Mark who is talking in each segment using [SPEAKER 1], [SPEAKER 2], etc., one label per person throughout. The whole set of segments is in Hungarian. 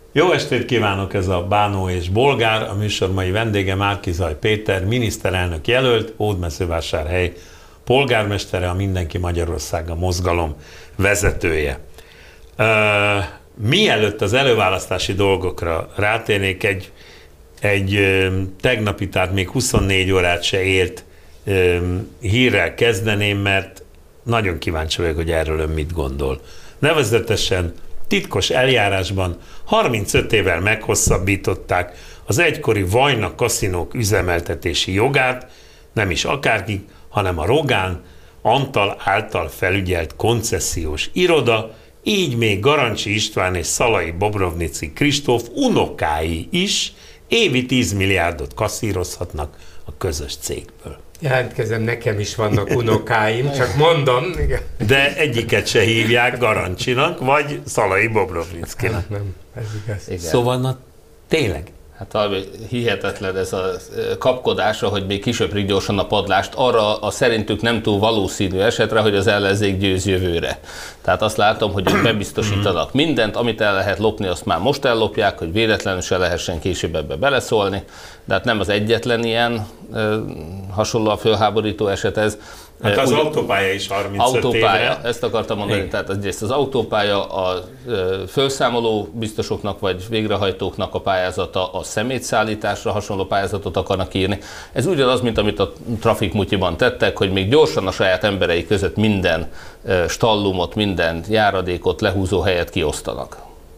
[SPEAKER 1] Jó estét kívánok, ez a Bánó és Bolgár, a műsor mai vendége Márki-Zay Péter, miniszterelnök jelölt, Hódmezővásárhely polgármestere, a Mindenki Magyarországa mozgalom vezetője. Mielőtt az előválasztási dolgokra rátérnék, egy tegnapi, tehát még 24 órát se élt hírrel kezdeném, mert nagyon kíváncsi vagyok, hogy erről ön mit gondol. Nevezetesen titkos eljárásban 35 évvel meghosszabbították az egykori Vajna kaszinók üzemeltetési jogát, nem is akárki, hanem a Rogán Antal által felügyelt koncesziós iroda, így még Garancsi István és Szalai Bobrovnici Kristóf unokái is évi 10 milliárdot kasszírozhatnak a közös cégből.
[SPEAKER 2] Jelentkezem, nekem is vannak unokáim, csak mondom.
[SPEAKER 1] De egyiket se hívják Garancsinak, vagy Szalai Bobrovnickinak.
[SPEAKER 2] Nem, ez igaz.
[SPEAKER 1] Igen. Szóval, na, tényleg.
[SPEAKER 3] Hát hihetetlen ez a kapkodása, hogy még kisöprik gyorsan a padlást arra a szerintük nem túl valószínű esetre, hogy az ellenzék győz jövőre. Tehát azt látom, hogy ők bebiztosítanak mindent, amit el lehet lopni, azt már most ellopják, hogy véletlenül se lehessen később ebbe beleszólni. De hát nem az egyetlen ilyen hasonlóan fölháborító eset ez.
[SPEAKER 1] Hát az autópálya is 35 évre.
[SPEAKER 3] Ezt akartam mondani, tehát az autópálya a felszámoló biztosoknak vagy végrehajtóknak a pályázata, a szemétszállításra hasonló pályázatot akarnak írni. Ez ugyanaz, mint amit a trafikmutyiban tettek, hogy még gyorsan a saját emberei között minden stallumot, minden járadékot, lehúzó helyet kiosztanak.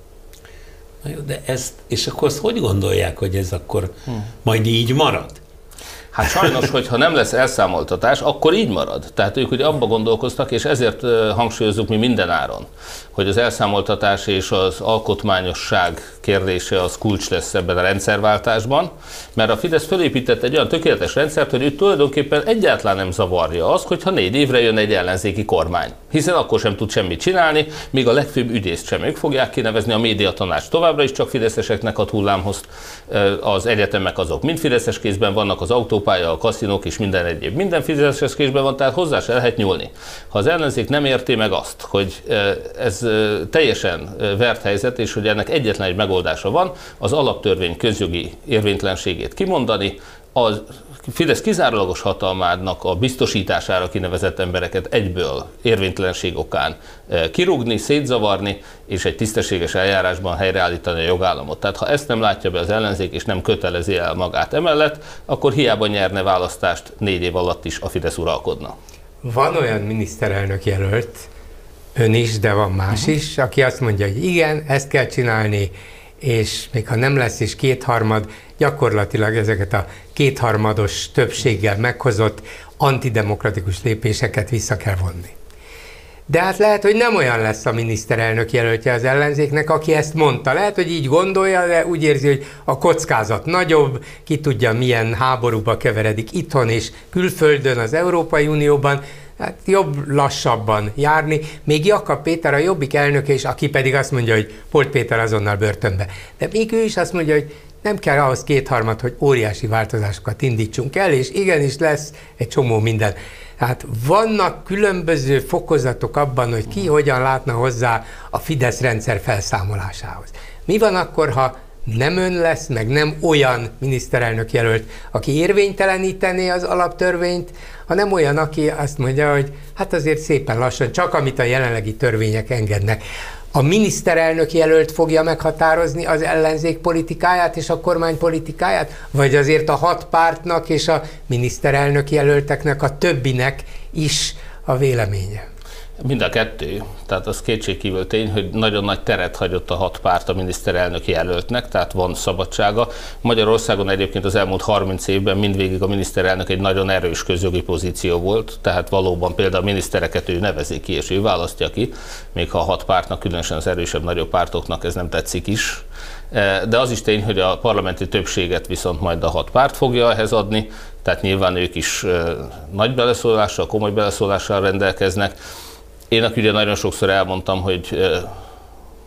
[SPEAKER 1] Na jó, de ezt, és akkor azt hogy gondolják, hogy ez akkor majd így marad?
[SPEAKER 3] Hát sajnos, hogyha nem lesz elszámoltatás, akkor így marad. Tehát ők ugye abba gondolkoztak, és ezért hangsúlyozzuk mi minden áron, hogy az elszámoltatás és az alkotmányosság kérdése az kulcs lesz ebben a rendszerváltásban, mert a Fidesz fölépített egy olyan tökéletes rendszert, hogy ő tulajdonképpen egyáltalán nem zavarja azt, hogyha 4 évre jön egy ellenzéki kormány. Hiszen akkor sem tud semmit csinálni, míg a legfőbb ügyészt sem ők fogják kinevezni, a médiatanács továbbra is csak fideszeseknek ad hullámhozt, az egyetemek azok mind fideszes kézben vannak, az autópálya, a kaszinók és minden egyéb minden fideszes kézben van, tehát hozzá se lehet nyúlni. Ha az ellenzék nem érti meg azt, hogy ez teljesen vert helyzet, és hogy ennek egyetlen egy megoldása van, az alaptörvény közjogi érvénytelenségét kimondani, a Fidesz kizárólagos hatalmának a biztosítására kinevezett embereket egyből érvénytelenség okán kirúgni, szétzavarni, és egy tisztességes eljárásban helyreállítani a jogállamot. Tehát ha ezt nem látja be az ellenzék, és nem kötelezi el magát emellett, akkor hiába nyerne választást 4 év alatt is a Fidesz uralkodna.
[SPEAKER 2] Van olyan miniszterelnök jelölt, ön is, de van más is, aki azt mondja, hogy igen, ezt kell csinálni, és még ha nem lesz is kétharmad, gyakorlatilag ezeket a kétharmados többséggel meghozott antidemokratikus lépéseket vissza kell vonni. De hát lehet, hogy nem olyan lesz a miniszterelnök jelöltje az ellenzéknek, aki ezt mondta. Lehet, hogy így gondolja, de úgy érzi, hogy a kockázat nagyobb, ki tudja, milyen háborúba keveredik itthon és külföldön, az Európai Unióban, hát jobb lassabban járni. Még Jakab Péter a Jobbik elnöke is, aki pedig azt mondja, hogy Polt Péter azonnal börtönbe. De még ő is azt mondja, hogy nem kell ahhoz kétharmad, hogy óriási változásokat indítsunk el, és igenis lesz egy csomó minden. Tehát vannak különböző fokozatok abban, hogy ki hogyan látna hozzá a Fidesz rendszer felszámolásához. Mi van akkor, ha nem ön lesz, meg nem olyan miniszterelnök jelölt, aki érvénytelenítené az alaptörvényt, hanem olyan, aki azt mondja, hogy hát azért szépen lassan, csak amit a jelenlegi törvények engednek. A miniszterelnök jelölt fogja meghatározni az ellenzék politikáját és a kormány politikáját, vagy azért a 6 pártnak és a miniszterelnök jelölteknek, a többinek is a véleménye?
[SPEAKER 3] Mind a kettő. Tehát az kétségkívül tény, hogy nagyon nagy teret hagyott a 6 párt a miniszterelnök jelöltnek, tehát van szabadsága. Magyarországon egyébként az elmúlt 30 évben mindvégig a miniszterelnök egy nagyon erős közjogi pozíció volt, tehát valóban például a minisztereket ő nevezi ki, és ő választja ki, még ha a 6 pártnak, különösen az erősebb nagyobb pártoknak ez nem tetszik is. De az is tény, hogy a parlamenti többséget viszont majd a 6 párt fogja ehhez adni, tehát nyilván ők is nagy beleszólással, komoly beleszólással rendelkeznek. Én ugye nagyon sokszor elmondtam, hogy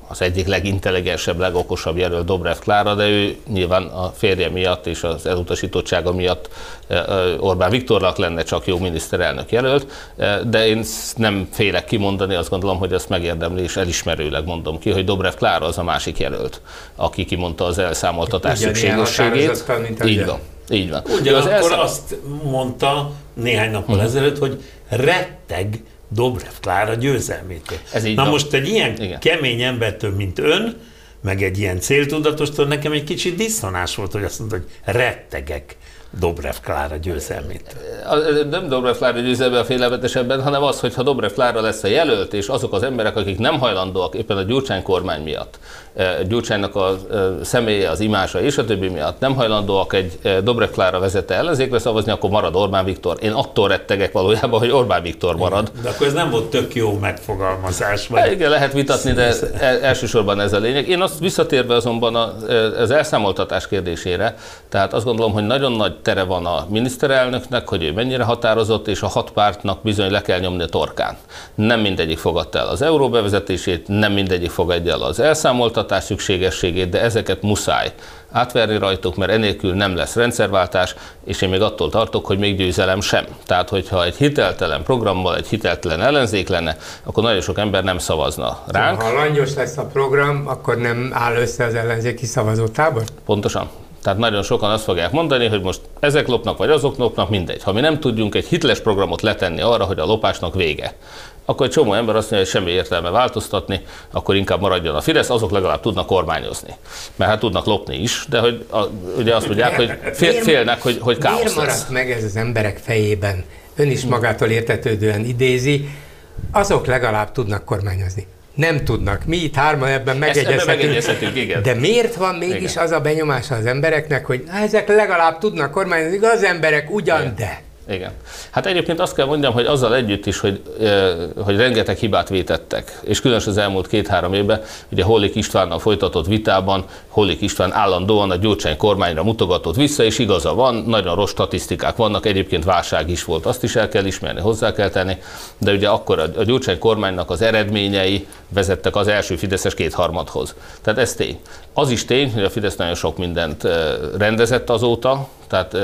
[SPEAKER 3] az egyik legintelligensebb, legokosabb jelölt Dobrev Klára, de ő nyilván a férje miatt és az elutasítottsága miatt Orbán Viktornak lenne csak jó miniszterelnök jelölt, de én nem félek kimondani, azt gondolom, hogy ezt megérdemli, és elismerőleg mondom ki, hogy Dobrev Klára az a másik jelölt, aki kimondta az elszámoltatás szükségességét. Így van. Így van.
[SPEAKER 1] Ugyanakkor azt mondta néhány nappal ezelőtt, hogy retteg Dobrev Klára győzelmétől. Na most egy ilyen kemény embertől, mint ön, meg egy ilyen céltudatostól nekem egy kicsit diszonás volt, hogy azt mondta, hogy rettegek Dobrev Klára győzelmét.
[SPEAKER 3] Nem Dobrev Klára győzelme a félelmetesebben, hanem az, hogy ha Dobrev Klára lesz a jelölt, és azok az emberek, akik nem hajlandóak éppen a Gyurcsány kormány miatt, Gyurcsánynak a személye, az imása és a többi miatt nem hajlandóak egy Dobrev Klára vezette ellenzékre szavazni, akkor marad Orbán Viktor. Én attól rettegek valójában, hogy Orbán Viktor marad.
[SPEAKER 1] De akkor ez nem volt tök jó megfogalmazás. Vagy...
[SPEAKER 3] Igen, lehet vitatni, de elsősorban ez a lényeg. Én azt visszatérve azonban az elszámoltatás kérdésére, tehát azt gondolom, hogy nagyon nagy tere van a miniszterelnöknek, hogy ő mennyire határozott, és a 6 pártnak bizony le kell nyomni a torkán. Nem mindegyik fogadta el az euró bevezetését, nem mindegyik fogadja el az elszámoltatás szükségességét, de ezeket muszáj átverni rajtuk, mert enélkül nem lesz rendszerváltás, és én még attól tartok, hogy még győzelem sem. Tehát, hogyha egy hiteltelen programmal, egy hiteltelen ellenzék lenne, akkor nagyon sok ember nem szavazna ránk.
[SPEAKER 2] Ha langyos lesz a program, akkor nem áll össze az ellenzéki szavazótábor?
[SPEAKER 3] Pontosan. Tehát nagyon sokan azt fogják mondani, hogy most ezek lopnak, vagy azok lopnak, mindegy. Ha mi nem tudjunk egy hiteles programot letenni arra, hogy a lopásnak vége, akkor egy csomó ember azt mondja, hogy semmi értelme változtatni, akkor inkább maradjon a Fidesz, azok legalább tudnak kormányozni. Mert hát tudnak lopni is, de hogy, ugye azt mondják, hogy félnek, hogy káosz lesz.
[SPEAKER 2] Miért maradt meg ez az emberek fejében? Ön is magától értetődően idézi, azok legalább tudnak kormányozni. Nem tudnak. Mi itt hárman ebben megegyezhetünk.
[SPEAKER 3] Igen.
[SPEAKER 2] De miért van mégis az a benyomása az embereknek, hogy ezek legalább tudnak kormányozni, az emberek ugyan, igen. De...
[SPEAKER 3] Igen. Hát egyébként azt kell mondjam, hogy azzal együtt is, hogy rengeteg hibát vétettek, és különösen az elmúlt 2-3 évben, ugye Hollik Istvánnal folytatott vitában, Hollik István állandóan a Gyurcsány kormányra mutogatott vissza, és igaza van, nagyon rossz statisztikák vannak, egyébként válság is volt, azt is el kell ismerni, hozzá kell tenni, de ugye akkor a Gyurcsány kormánynak az eredményei vezettek az első fideszes 2/3-hoz. Tehát ez tény. Az is tény, hogy a Fidesz nagyon sok mindent rendezett azóta, tehát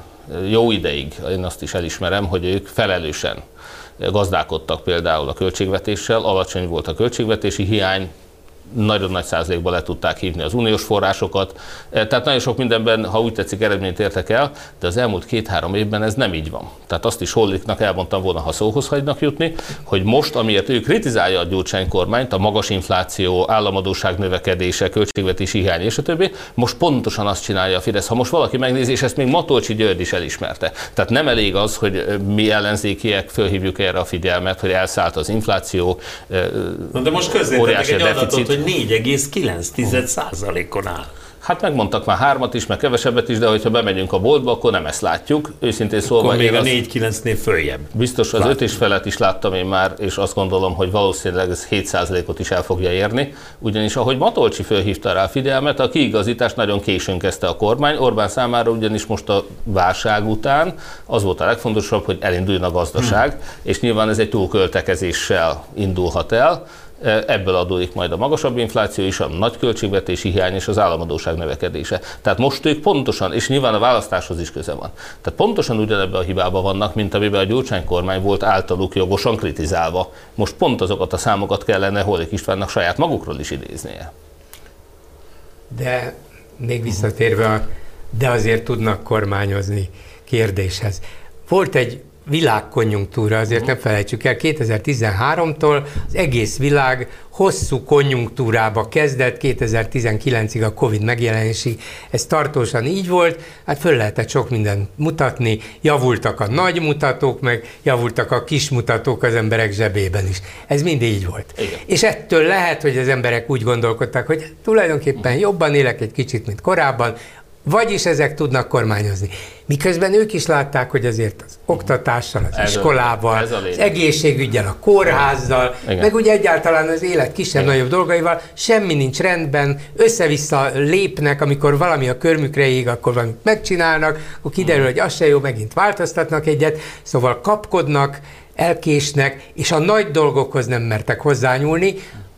[SPEAKER 3] jó ideig, én azt is elismerem, hogy ők felelősen gazdálkodtak például a költségvetéssel, alacsony volt a költségvetési hiány, nagyon nagy százalékban le tudták hívni az uniós forrásokat, tehát nagyon sok mindenben, ha úgy tetszik, eredményt értek el, de az elmúlt 2-3 évben ez nem így van. Tehát azt is Holliknak elmondtam volna, ha szóhoz hagynak jutni, hogy most, amiért ő kritizálja a Gyurcsány kormányt, a magas infláció, államadósság növekedése, költségvetési hiány és a többi, most pontosan azt csinálja a Fidesz. Ha most valaki megnézi, és ezt még Matolcsy György is elismerte. Tehát nem elég az, hogy mi ellenzékiek fölhívjuk erre a figyelmet, hogy elszállt az infláció,
[SPEAKER 1] de most közzétettek egy adatot, hogy 4,9%-on áll.
[SPEAKER 3] Hát megmondtak már 3-at is, meg kevesebbet is, de hogyha bemegyünk a boltba, akkor nem ezt látjuk. Őszintén szólva...
[SPEAKER 1] Akkor még a 4,9-nél följebb.
[SPEAKER 3] Biztos az 5 és felett is láttam én már, és azt gondolom, hogy valószínűleg ez 7%-ot is el fogja érni. Ugyanis ahogy Matolcsy fölhívta rá a figyelmet, a kiigazítást nagyon későn kezdte a kormány. Orbán számára ugyanis most a válság után az volt a legfontosabb, hogy elinduljon a gazdaság, és nyilván ez egy túlköltekezéssel indulhat el. Ebből adódik majd a magasabb infláció is, a nagy költségvetési hiány és az államadósság növekedése. Tehát most ők pontosan, és nyilván a választáshoz is köze van. Tehát pontosan ugyanebben a hibában vannak, mint amiben a Gyurcsány kormány volt általuk jogosan kritizálva. Most pont azokat a számokat kellene Hollik Istvánnak saját magukról is idéznie.
[SPEAKER 2] De még visszatérve, de azért tudnak kormányozni kérdéshez. Volt egy világkonjunktúra, azért nem felejtsük el, 2013-tól az egész világ hosszú konjunktúrába kezdett, 2019-ig a Covid megjelenésig. Ez tartósan így volt, hát föl lehetett sok mindent mutatni, javultak a nagy mutatók, meg javultak a kis mutatók az emberek zsebében is. Ez mind így volt. Igen. És ettől lehet, hogy az emberek úgy gondolkodtak, hogy tulajdonképpen jobban élek egy kicsit, mint korábban, vagyis ezek tudnak kormányozni. Miközben ők is látták, hogy azért az oktatással, az iskolával, az egészségüggyel, a kórházzal, meg ugye egyáltalán az élet kisebb-nagyobb dolgaival semmi nincs rendben, össze-vissza lépnek, amikor valami a körmükre ég, akkor valamit megcsinálnak, akkor kiderül, hogy az se jó, megint változtatnak egyet, szóval kapkodnak, elkésnek, és a nagy dolgokhoz nem mertek hozzányúlni,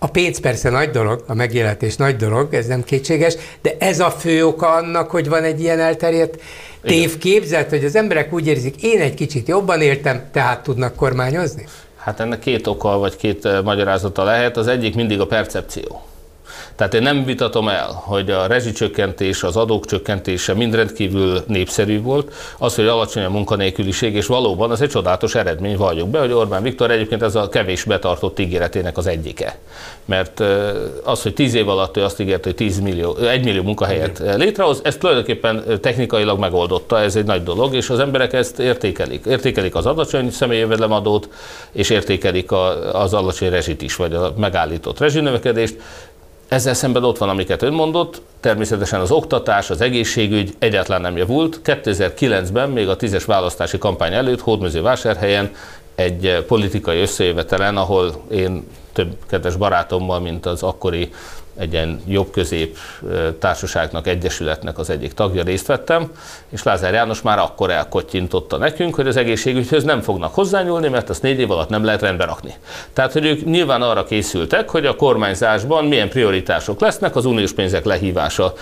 [SPEAKER 2] A pénz persze nagy dolog, a megélhetés nagy dolog, ez nem kétséges, de ez a fő oka annak, hogy van egy ilyen elterjedt tévképzet, hogy az emberek úgy érzik, én egy kicsit jobban éltem, tehát tudnak kormányozni?
[SPEAKER 3] Hát ennek két oka, vagy két magyarázata lehet. Az egyik mindig a percepció. Tehát én nem vitatom el, hogy a rezsicsökkentés, az adók csökkentése mind rendkívül népszerű volt. Az, hogy alacsony a munkanélküliség, és valóban az egy csodálatos eredmény, valljuk be, hogy Orbán Viktor egyébként ez a kevés betartott ígéretének az egyike. Mert az, hogy 10 év alatt ő azt ígérte, hogy 1 millió munkahelyet létrehoz, ezt tulajdonképpen technikailag megoldotta, ez egy nagy dolog, és az emberek ezt értékelik. Értékelik az alacsony személyi jövedelemadót, és értékelik az alacsony rezsit is, vagy a megállított rezsinövekedést. Ezzel szemben ott van, amiket ön mondott, természetesen az oktatás, az egészségügy egyáltalán nem javult. 2009-ben, még a 10-es választási kampány előtt Hódmezővásárhelyen egy politikai összejövetelen, ahol én több kedves barátommal, mint az akkori egy ilyen jobb-közép társaságnak, egyesületnek az egyik tagja részt vettem, és Lázár János már akkor elkottyintotta nekünk, hogy az egészségügyhöz nem fognak hozzányúlni, mert azt 4 év alatt nem lehet rendbe rakni. Tehát, hogy ők nyilván arra készültek, hogy a kormányzásban milyen prioritások lesznek, az uniós pénzek lehívása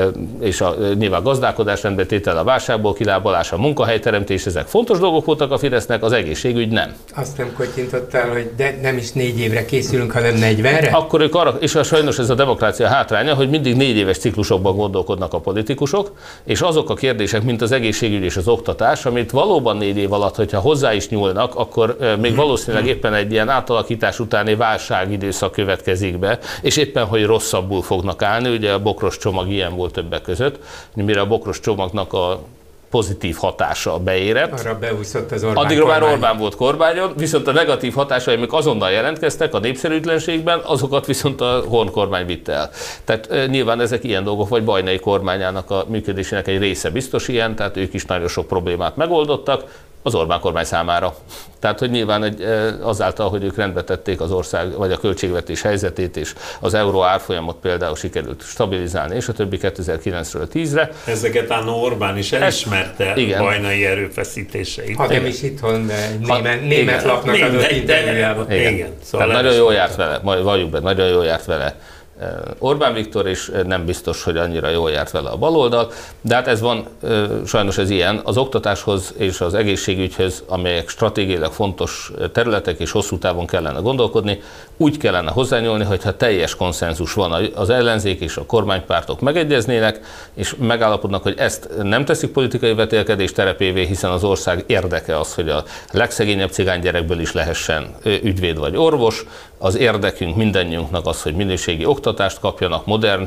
[SPEAKER 3] és nyilván gazdálkodás rendbetétel, a válságból kilábalás, a munkahelyteremtés, ezek fontos dolgok voltak a Fidesznek, az egészségügy nem.
[SPEAKER 2] Azt nem kottyintottál, hogy de nem is 4 évre készülünk, hanem 40-re?
[SPEAKER 3] Akkor ők arra, és sajnos ez a demokrácia hátránya, hogy mindig 4 éves ciklusokban gondolkodnak a politikusok, és azok a kérdések, mint az egészségügy és az oktatás, amit valóban 4 év alatt, hogyha hozzá is nyúlnak, akkor még valószínűleg éppen egy ilyen átalakítás utáni válságidőszak következik be, és éppen, hogy rosszabbul fognak állni. Ugye a Bokros csomag ilyen volt többek között, mire a Bokros csomagnak a pozitív hatása beérett.
[SPEAKER 2] Arra beúszott az Orbán
[SPEAKER 3] Addigra
[SPEAKER 2] kormány.
[SPEAKER 3] már Orbán volt kormányon, viszont a negatív hatásai, amik azonnal jelentkeztek a népszerűtlenségben, azokat viszont a Horn kormány vitte el. Tehát nyilván ezek ilyen dolgok, vagy Bajnai kormányának a működésének egy része biztos ilyen, tehát ők is nagyon sok problémát megoldottak az Orbán kormány számára. Tehát, hogy nyilván azáltal, hogy ők rendbe tették az ország, vagy a költségvetés helyzetét, és az euró árfolyamot például sikerült stabilizálni, és a többi 2009-ről 10-re.
[SPEAKER 1] Ezeket Anno Orbán is elismerte Bajnai erőfeszítéseit.
[SPEAKER 2] Ha nem is itthon, de német lapnak adott interjújában.
[SPEAKER 3] Igen. Szóval nagyon jól járt vele, majd valljuk be, nagyon jól járt vele Orbán Viktor, és nem biztos, hogy annyira jól járt vele a baloldal, de hát ez van, sajnos ez ilyen, az oktatáshoz és az egészségügyhöz, amelyek stratégiailag fontos területek és hosszú távon kellene gondolkodni, úgy kellene hozzányúlni, hogyha teljes konszenzus van, az ellenzék és a kormánypártok megegyeznének, és megállapodnak, hogy ezt nem teszik politikai vetélkedés terepévé, hiszen az ország érdeke az, hogy a legszegényebb cigánygyerekből is lehessen ügyvéd vagy orvos, az érdekünk mindannyiunknak az, hogy minőségi oktatást kapjanak, modern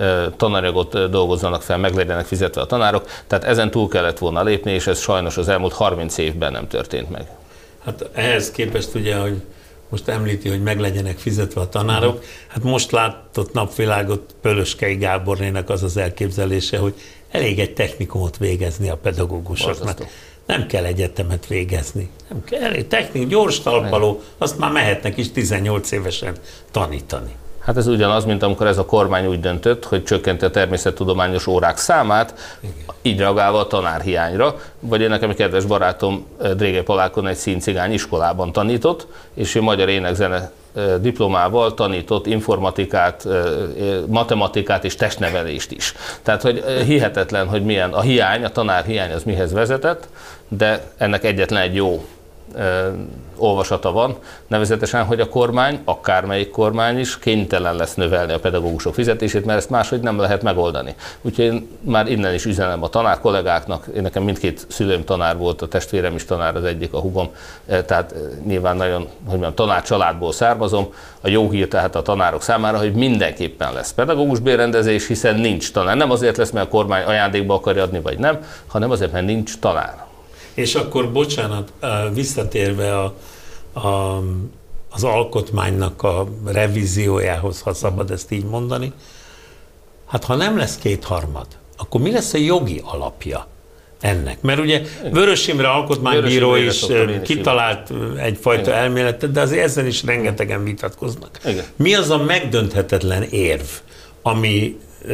[SPEAKER 3] tananyagot dolgozzanak fel, meg legyenek fizetve a tanárok, tehát ezen túl kellett volna lépni, és ez sajnos az elmúlt 30 évben nem történt meg.
[SPEAKER 1] Hát ehhez képest ugye, hogy most említi, hogy meg legyenek fizetve a tanárok, hát most látott napvilágot Pölöskei Gábornének az az elképzelése, hogy elég egy technikumot végezni a pedagógusoknak. Nem kell egyetemet végezni. Nem kell, elég gyors talpaló, azt már mehetnek is 18 évesen tanítani.
[SPEAKER 3] Hát ez ugyanaz, mint amikor ez a kormány úgy döntött, hogy csökkenti a természettudományos órák számát, így reagálva a tanárhiányra. Vagy én nekem egy kedves barátom Drégé Palákon egy színcigány iskolában tanított, és ő magyar énekzene diplomával tanított informatikát, matematikát és testnevelést is. Tehát, hogy hihetetlen, hogy milyen a hiány, a tanárhiány az mihez vezetett, de ennek egyetlen egy jó olvasata van, nevezetesen, hogy a kormány, akármelyik kormány is kénytelen lesz növelni a pedagógusok fizetését, mert ezt máshogy nem lehet megoldani. Úgyhogy én már innen is üzenem a tanár kollégáknak, én nekem mindkét szülőm tanár volt, a testvérem is tanár, az egyik a húgom, tehát nyilván nagyon, hogy mondjam, tanár családból származom. A jó hír tehát a tanárok számára, hogy mindenképpen lesz pedagógus bérrendezés, hiszen nincs tanár. Nem azért lesz, mert a kormány ajándékba akarja adni, vagy nem, hanem azért, mert nincs tanár.
[SPEAKER 1] És akkor, bocsánat, visszatérve az alkotmánynak a revíziójához, ha szabad ezt így mondani, hát ha nem lesz 2/3, akkor mi lesz a jogi alapja ennek? Mert ugye Vörös Imre alkotmánybíró is kitalált egyfajta elméletet, de azért ezzel is rengetegen vitatkoznak. Igen. Mi az a megdönthetetlen érv,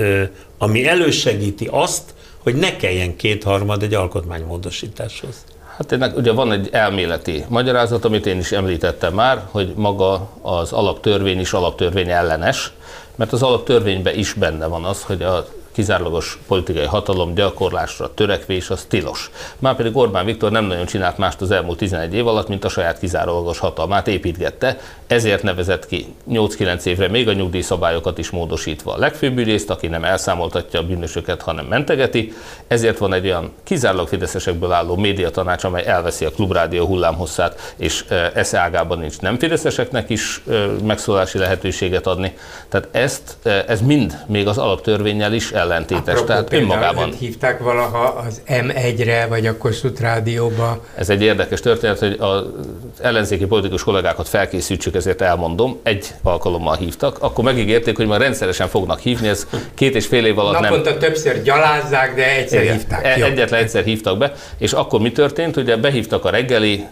[SPEAKER 1] ami elősegíti azt, hogy ne kelljen 2/3 egy alkotmánymódosításhoz?
[SPEAKER 3] Hát ennek ugye van egy elméleti magyarázat, amit én is említettem már, hogy maga az alaptörvény is alaptörvény ellenes, mert az alaptörvényben is benne van az, hogy a kizárólagos politikai hatalom gyakorlásra törekvés az tilos. Márpedig Orbán Viktor nem nagyon csinált mást az elmúlt 11 év alatt, mint a saját kizárólagos hatalmát építgette, ezért nevezett ki 8-9 évre még a nyugdíjszabályokat is módosítva a legfőbb ügyészt, aki nem elszámoltatja a bűnösöket, hanem mentegeti, ezért van egy olyan kizárólag fideszesekből álló médiatanács, amely elveszi a Klubrádió hullámhosszát, és esze ágában nincs nem fideszeseknek is megszólalási lehetőséget adni. Tehát ez mind még az alaptörvénnyel is ellentétes. Tehát önmagában.
[SPEAKER 2] Hívták valaha az M1-re, vagy a Kossuth Rádióba?
[SPEAKER 3] Ez egy érdekes történet, hogy az ellenzéki politikus kollégákat felkészítsük, ezért elmondom, egy alkalommal hívtak, akkor megígérték, hogy már rendszeresen fognak hívni, ez 2,5 év alatt
[SPEAKER 2] naponta többször gyalázzák, de egyszer hívták.
[SPEAKER 3] Egyetlen egyszer hívtak be, és akkor mi történt? Ugye behívtak a reggeli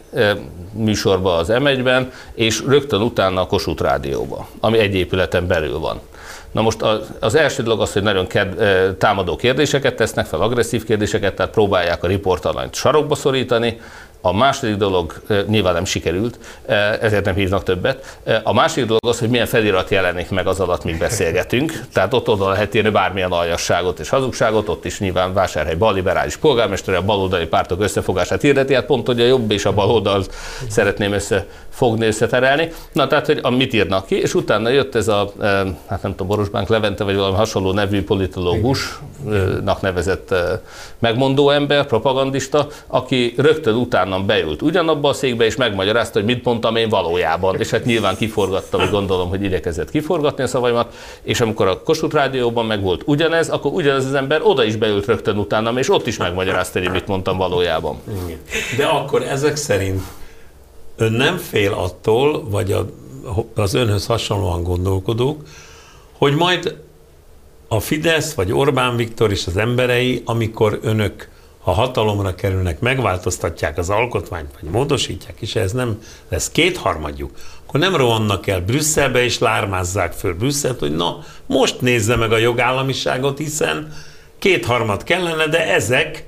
[SPEAKER 3] műsorba az M1-ben, és rögtön utána a Kossuth Rádióba, ami egy épületen belül van. Na most az első dolog az, hogy nagyon támadó kérdéseket tesznek fel, agresszív kérdéseket, tehát próbálják a riportalanyt sarokba szorítani. A második dolog nyilván nem sikerült, ezért nem hívnak többet. A második dolog az, hogy milyen felirat jelenik meg az alatt, míg beszélgetünk. Tehát ott oda lehet írni bármilyen aljasságot és hazugságot, ott is nyilván Vásárhely balliberális polgármestere a baloldali pártok összefogását hirdeti, hát pont, hogy a jobb és a baloldal szeretném összefogni, összeterelni. Na tehát, hogy mit írnak ki, és utána jött ez a, hát nem tudom, Borosbánk Levente, vagy valami hasonló nevű politológusnak nevezett megmondó ember, propagandista, aki rögtön utána beült ugyanabba a székbe, és megmagyarázta, hogy mit mondtam én valójában. És hát nyilván kiforgattam, hogy gondolom, hogy igyekezett kiforgatni a szavaimat, és amikor a Kossuth Rádióban meg volt ugyanez, akkor ugyanez az ember oda is beült rögtön utánam, és ott is megmagyarázta, hogy mit mondtam valójában.
[SPEAKER 1] De akkor ezek szerint ön nem fél attól, vagy az önhöz hasonlóan gondolkodók, hogy majd a Fidesz, vagy Orbán Viktor és az emberei, amikor önök ha hatalomra kerülnek, megváltoztatják az alkotmányt, vagy módosítják, és ez nem lesz kétharmadjuk, akkor nem rohannak el Brüsszelbe, és lármázzák föl Brüsszelt, hogy na, most nézze meg a jogállamiságot, hiszen kétharmad kellene, de ezek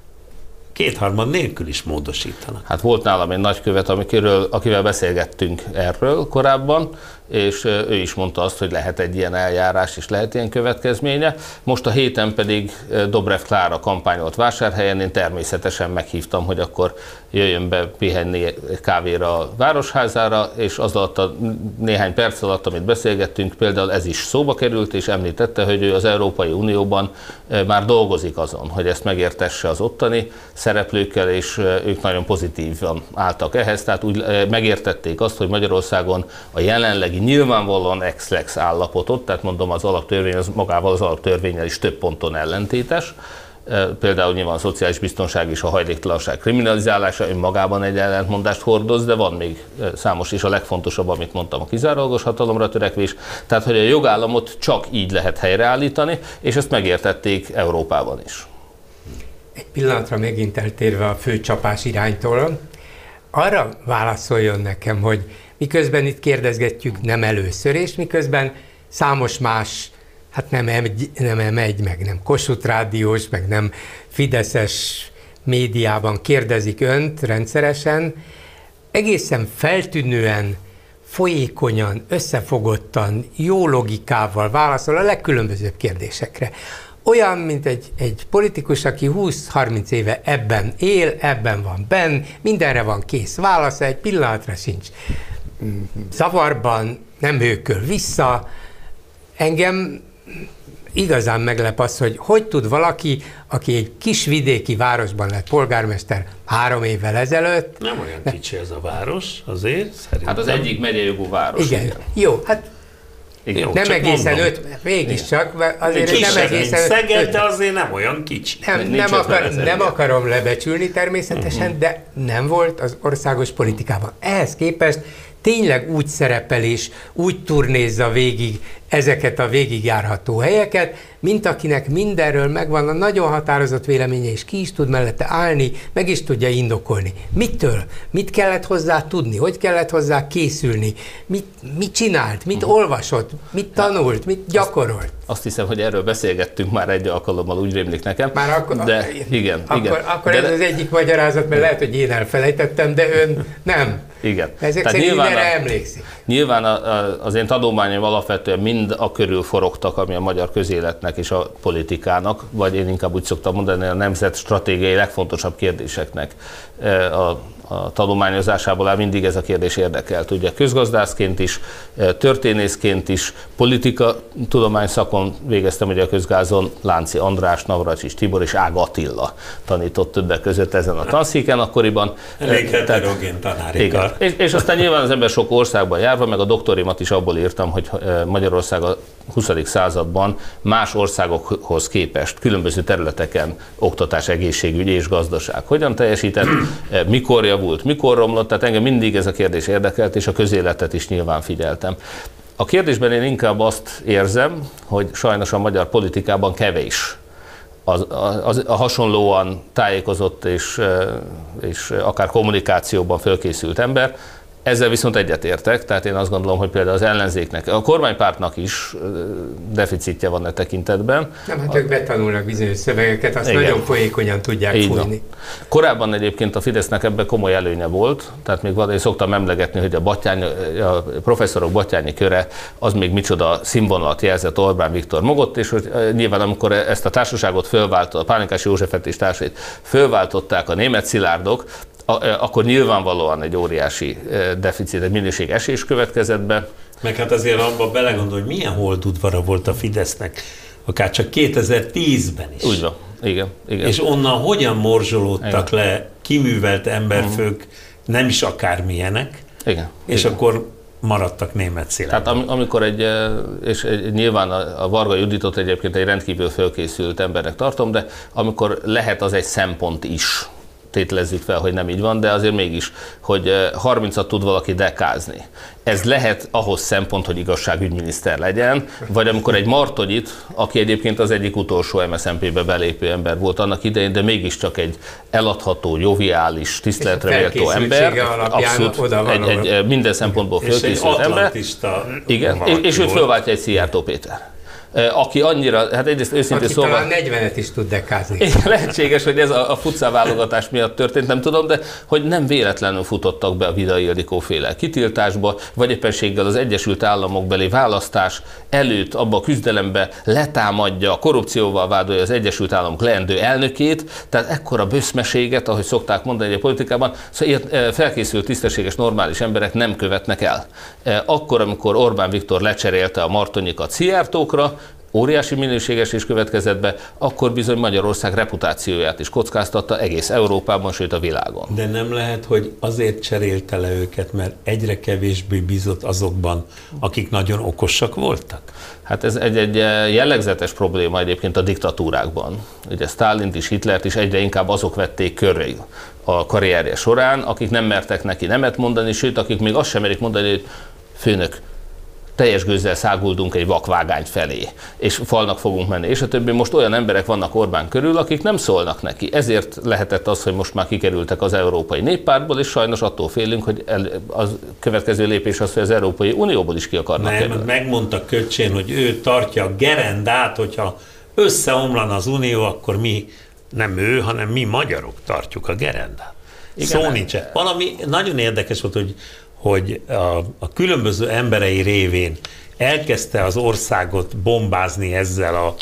[SPEAKER 1] kétharmad nélkül is módosítanak.
[SPEAKER 3] Hát volt nálam egy nagykövet, akivel beszélgettünk erről korábban, és ő is mondta azt, hogy lehet egy ilyen eljárás, és lehet ilyen következménye. Most a héten pedig Dobrev Klára kampányolt Vásárhelyen, én természetesen meghívtam, hogy akkor jöjjön be pihenni kávéra a Városházára, és az alatt a néhány perc alatt, amit beszélgettünk, például ez is szóba került, és említette, hogy ő az Európai Unióban már dolgozik azon, hogy ezt megértesse az ottani szereplőkkel, és ők nagyon pozitívan álltak ehhez, tehát úgy megértették azt, hogy Magyarországon a jelenlegi nyilvánvalóan ex-lex állapotot, tehát mondom, az alaptörvény az magával az alaptörvénnyel is több ponton ellentétes. Például nyilván a szociális biztonság és a hajléktalanság kriminalizálása önmagában egy ellentmondást hordoz, de van még számos, és a legfontosabb, amit mondtam, a kizárólagos hatalomra törekvés. Tehát, hogy a jogállamot csak így lehet helyreállítani, és ezt megértették Európában is.
[SPEAKER 2] Egy pillanatra megint eltérve a főcsapás iránytól, arra válaszoljon nekem, hogy miközben itt kérdezgetjük nem először, és miközben számos más, hát nem M1, meg nem Kossuth Rádiós, meg nem fideszes médiában kérdezik önt rendszeresen, egészen feltűnően, folyékonyan, összefogottan, jó logikával válaszol a legkülönbözőbb kérdésekre. Olyan, mint egy politikus, aki 20-30 éve ebben él, ebben van benn, mindenre van kész válasza, egy pillanatra sincs zavarban, nem hőköl vissza. Engem igazán meglep az, hogy tud valaki, aki egy kis vidéki városban lett polgármester 3 évvel ezelőtt.
[SPEAKER 1] Nem olyan kicsi ez a város, azért szerintem.
[SPEAKER 3] Hát az egyik megyejogú város.
[SPEAKER 2] Igen. Jó, hát igen, nem egészen mondom. 5, mégiscsak, azért nem egészen
[SPEAKER 1] Szeged, de azért nem olyan kicsi.
[SPEAKER 2] Nem akarom lebecsülni természetesen, de nem volt az országos politikában. Ehhez képest tényleg úgy szerepel és úgy turnézza végig ezeket a végigjárható helyeket, mint akinek mindenről megvan a nagyon határozott véleménye, és ki is tud mellette állni, meg is tudja indokolni. Mitől? Mit kellett hozzá tudni? Hogy kellett hozzá készülni? Mit csinált? Mit olvasott? Mit tanult? Mit gyakorolt?
[SPEAKER 3] Azt hiszem, hogy erről beszélgettünk már egy alkalommal, úgy rémlik nekem.
[SPEAKER 2] Már akkor,
[SPEAKER 3] de igen.
[SPEAKER 2] Akkor ez az egyik magyarázat, mert lehet, hogy én elfelejtettem, de ön nem.
[SPEAKER 3] Igen.
[SPEAKER 2] Ezek szerint mindenre emlékszik.
[SPEAKER 3] Nyilván az én tanulmányaim alapvetően mind a körül forogtak, ami a magyar közéletnek és a politikának, vagy én inkább úgy szoktam mondani, a nemzet stratégiai legfontosabb kérdéseknek a tanulmányozásából áll mindig ez a kérdés érdekelt. Ugye közgazdászként is, történészként is, politika tudomány szakon végeztem ugye a közgázon, Lánci András, Navracsics Tibor és Ág Attila tanított többek között ezen a tanszéken akkoriban.
[SPEAKER 1] Elég heterogén tanárikkal.
[SPEAKER 3] És aztán nyilván az ember sok országban járva, meg a doktorimat is abból írtam, hogy Magyarország a 20. században más országokhoz képest különböző területeken oktatás, egészségügy és gazdaság hogyan teljesített, mikor javult, mikor romlott, tehát engem mindig ez a kérdés érdekelt, és a közéletet is nyilván figyeltem. A kérdésben én inkább azt érzem, hogy sajnos a magyar politikában kevés a hasonlóan tájékozott és akár kommunikációban fölkészült ember. Ezzel viszont egyetértek, tehát én azt gondolom, hogy például az ellenzéknek, a kormánypártnak is deficitje van e tekintetben.
[SPEAKER 2] Nem, hát ők betanulnak bizonyos szövegeket, azt igen, nagyon folyékonyan tudják fújni.
[SPEAKER 3] Korábban egyébként a Fidesznek ebben komoly előnye volt, tehát még valahogy szoktam emlegetni, hogy a professzorok Battyányi köre az még micsoda színvonalat jelzett Orbán Viktor mögött, és hogy nyilván amikor ezt a társaságot a Pálinkás Józsefet és társait fölváltották a Németh Szilárdok, akkor nyilvánvalóan egy óriási deficit, egy minőségesés következett be.
[SPEAKER 1] Meg hát azért abban belegondol, hogy milyen holdudvara volt a Fidesznek, akár csak 2010-ben is.
[SPEAKER 3] Úgy van, igen.
[SPEAKER 1] És onnan hogyan morzsolódtak le kiművelt emberfők, nem is akármilyenek, és akkor maradtak Németh Szilárd.
[SPEAKER 3] Tehát amikor és nyilván a Varga Juditot egyébként egy rendkívül fölkészült embernek tartom, de amikor lehet, az egy szempont is. Tételezzük fel, hogy nem így van, de azért mégis, hogy 30-at tud valaki dekázni. Ez lehet ahhoz szempont, hogy igazságügyminiszter legyen, vagy amikor egy Martonyit, aki egyébként az egyik utolsó MSZNP-be belépő ember volt annak idején, de mégiscsak egy eladható, joviális, tiszteletre méltó ember, abszolút egy minden szempontból fölkészült ember. Igen, és őt fölváltja egy Szijjártó Péter. Aki annyira, hát egyrészt őszintén
[SPEAKER 2] szóval... talán 40-et is tud dekázni.
[SPEAKER 3] Lehetséges, hogy ez a futszál válogatás miatt történt, nem tudom, de hogy nem véletlenül futottak be a Vida Ildikó féle kitiltásba, vagy éppenséggel az Egyesült Államok beli választás előtt abba a küzdelembe letámadja, korrupcióval vádolja az Egyesült Államok leendő elnökét, tehát ekkora böszmeséget, ahogy szokták mondani a politikában, szóval ilyen felkészült, tisztességes, normális emberek nem követnek el. Akkor, amikor Orbán Viktor lecserélte a Martonyikat Szijjártókra, óriási minőségesés következett be, akkor bizony Magyarország reputációját is kockáztatta egész Európában, sőt a világon.
[SPEAKER 1] De nem lehet, hogy azért cserélte le őket, mert egyre kevésbé bízott azokban, akik nagyon okosak voltak?
[SPEAKER 3] Hát ez egy jellegzetes probléma egyébként a diktatúrákban. Ugye Sztálint is, Hitlert is egyre inkább azok vették köré a karrierje során, akik nem mertek neki nemet mondani, sőt, akik még azt sem merik mondani, hogy főnök, teljes gőzzel száguldunk egy vakvágány felé, és falnak fogunk menni, és a többi. Most olyan emberek vannak Orbán körül, akik nem szólnak neki. Ezért lehetett az, hogy most már kikerültek az Európai Néppártból, és sajnos attól félünk, hogy a következő lépés az, hogy az Európai Unióból is ki akarnak kerülni.
[SPEAKER 1] Megmondta Köcsén, hogy ő tartja a gerendát, hogyha összeomlana az Unió, akkor mi, nem ő, hanem mi magyarok tartjuk a gerendát. Szó nincs. Valami nagyon érdekes volt, hogy a különböző emberei révén elkezdte az országot bombázni ezzel a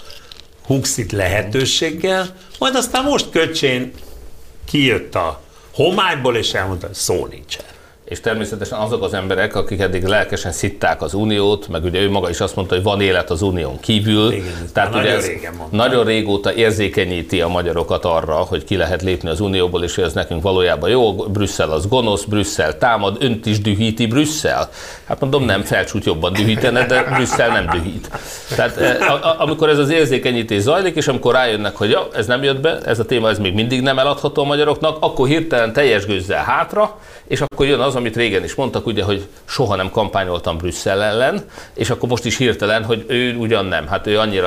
[SPEAKER 1] Huxit lehetőséggel, majd aztán most Köcsén kijött a homályból, és elmondta, hogy szó nincsen.
[SPEAKER 3] És természetesen azok az emberek, akik eddig lelkesen szitták az Uniót, meg ugye ő maga is azt mondta, hogy van élet az Unión kívül.
[SPEAKER 1] Igen,
[SPEAKER 3] tehát ugye ez nagyon régóta érzékenyíti a magyarokat arra, hogy ki lehet lépni az Unióból, és hogy ez nekünk valójában jó. Brüsszel az gonosz, Brüsszel támad, önt is dühíti Brüsszel. Hát mondom, nem, Felcsút jobban dühítene, de Brüsszel nem dühít. Tehát amikor ez az érzékenyítés zajlik, és amikor rájönnek, hogy ja, ez nem jött be, ez a téma ez még mindig nem eladható a magyaroknak, akkor hirtelen teljes gőzzel hátra, és akkor jön az, amit régen is mondtak, ugye, hogy soha nem kampányoltam Brüsszel ellen, és akkor most is hirtelen, hogy ő ugyan nem. Hát ő annyira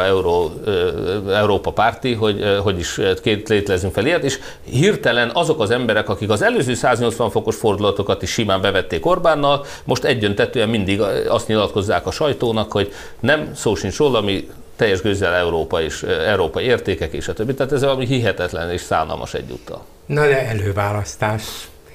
[SPEAKER 3] Európa párti, hogy is létezünk fel ilyet, és hirtelen azok az emberek, akik az előző 180 fokos fordulatokat is simán bevették Orbánnal, most egyöntetően mindig azt nyilatkozzák a sajtónak, hogy nem, szó sincs róla, ami teljes gőzzel Európa és európai értékek és a többi. Tehát ez valami hihetetlen és szánalmas egyúttal.
[SPEAKER 2] Na de előválasztás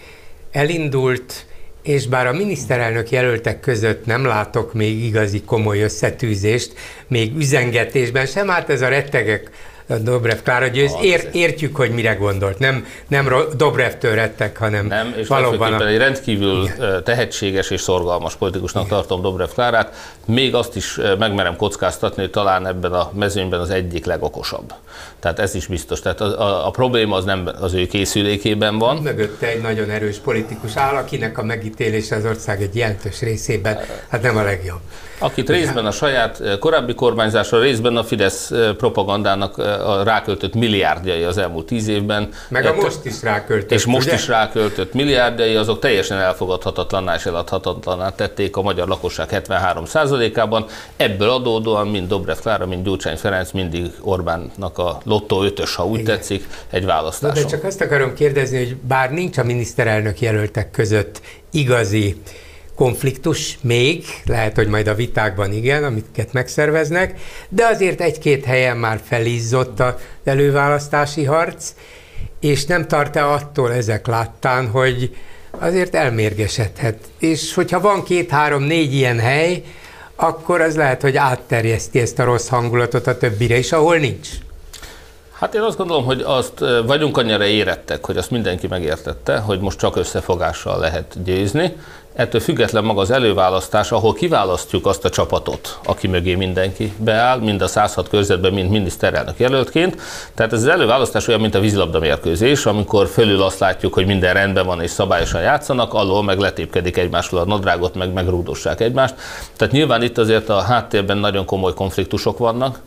[SPEAKER 2] elindult, és bár a miniszterelnök jelöltek között nem látok még igazi komoly összetűzést, még üzengetésben sem, hát ez a rettegek Dobrev Klára győz, értjük, hogy mire gondolt. Nem Dobrevtől rettek, hanem
[SPEAKER 3] nem, és
[SPEAKER 2] valóban
[SPEAKER 3] egy rendkívül tehetséges és szorgalmas politikusnak tartom Dobrev Klárát. Még azt is megmerem kockáztatni, hogy talán ebben a mezőnyben az egyik legokosabb. Tehát ez is biztos. Tehát a probléma az nem az ő készülékében van.
[SPEAKER 2] Mögötte egy nagyon erős politikus áll, akinek a megítélése az ország egy jelentős részében, hát nem a legjobb.
[SPEAKER 3] Akit részben a saját korábbi kormányzásra, részben a Fidesz propagandának ráköltött milliárdjai az elmúlt 10 évben.
[SPEAKER 2] Meg a most is ráköltött.
[SPEAKER 3] És most is ráköltött milliárdjai, azok teljesen elfogadhatatlanná és eladhatatlanná tették a magyar lakosság 73%-ában. Ebből adódóan mind Dobrev Klára, mind Gyurcsány Ferenc mindig Orbánnak a lottó 5-ös, ha úgy tetszik, egy választáson.
[SPEAKER 2] De csak azt akarom kérdezni, hogy bár nincs a miniszterelnök jelöltek között igazi konfliktus még, lehet, hogy majd a vitákban igen, amiket megszerveznek, de azért egy-két helyen már felizzott az előválasztási harc, és nem tart-e attól ezek láttán, hogy azért elmérgesedhet. És hogyha van 2-3-4 ilyen hely, akkor az lehet, hogy átterjeszti ezt a rossz hangulatot a többire is, ahol nincs.
[SPEAKER 3] Hát én azt gondolom, hogy azt vagyunk annyira érettek, hogy azt mindenki megértette, hogy most csak összefogással lehet győzni. Ettől független maga az előválasztás, ahol kiválasztjuk azt a csapatot, aki mögé mindenki beáll, mind a 106 körzetben, mind miniszterelnök jelöltként. Tehát ez az előválasztás olyan, mint a vízilabda mérkőzés, amikor fölül azt látjuk, hogy minden rendben van és szabályosan játszanak, alól meg letépkedik egymásról a nadrágot, meg megrúdossák egymást. Tehát nyilván itt azért a háttérben nagyon komoly konfliktusok vannak,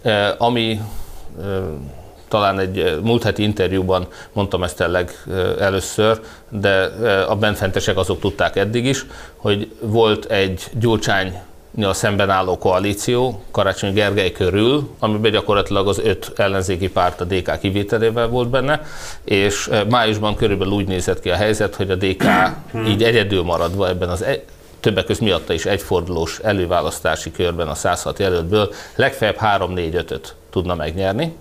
[SPEAKER 3] ami talán egy múlt heti interjúban mondtam ezt először, de a bentfentesek azok tudták eddig is, hogy volt egy Gyurcsánnyal szemben álló koalíció Karácsony Gergely körül, amiben gyakorlatilag az 5 ellenzéki párt a DK kivételével volt benne, és májusban körülbelül úgy nézett ki a helyzet, hogy a DK így egyedül maradva ebben az többek között miatta is egyfordulós előválasztási körben a 106 jelöltből legfeljebb 3-4-5-öt tudna megnyerni.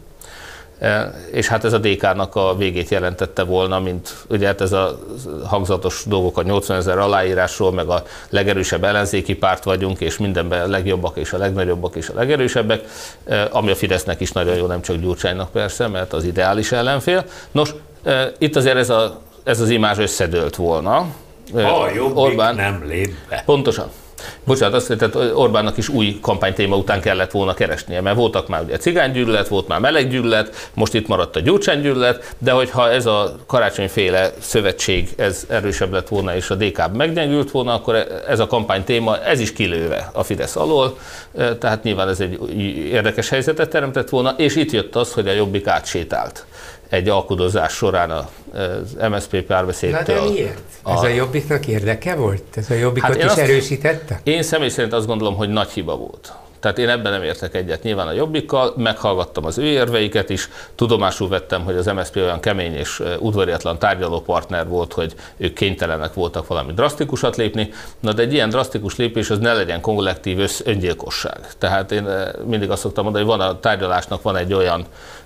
[SPEAKER 3] És hát ez a DK-nak a végét jelentette volna, mint ugye hát ez a hangzatos dolgok a 80 000 aláírásról, meg a legerősebb ellenzéki párt vagyunk, és mindenben a legjobbak és a legnagyobbak és a legerősebbek, ami a Fidesznek is nagyon jó, nem csak Gyurcsánynak persze, mert az ideális ellenfél. Nos, itt azért ez az imázs összedőlt volna.
[SPEAKER 1] A Jobbik Orbán nem lép be.
[SPEAKER 3] Pontosan. Bocsánat, azt mondja, tehát Orbánnak is új kampánytéma után kellett volna keresnie, mert voltak már ugye cigánygyűlölet, volt már meleggyűlölet, most itt maradt a Gyurcsánygyűlölet, de hogyha ez a karácsonyféle szövetség ez erősebb lett volna, és a DK meggyengült volna, akkor ez a kampánytéma, ez is kilőve a Fidesz alól, tehát nyilván ez egy érdekes helyzetet teremtett volna, és itt jött az, hogy a Jobbik átsétált egy alkudozás során az MSZP párbeszédtől.
[SPEAKER 2] Na de miért? Ez a Jobbiknak érdeke volt? Ez a Jobbikot is erősítette?
[SPEAKER 3] Én személy szerint azt gondolom, hogy nagy hiba volt. Tehát én ebben nem értek egyet nyilván a Jobbikkal, meghallgattam az ő érveiket is, tudomásul vettem, hogy az MSZP olyan kemény és udvariatlan tárgyalópartner volt, hogy ők kénytelenek voltak valami drasztikusat lépni, na de egy ilyen drasztikus lépés az ne legyen kollektív öngyilkosság. Tehát én mindig azt szoktam mondani, hogy van a tárgyalásnak van egy olyan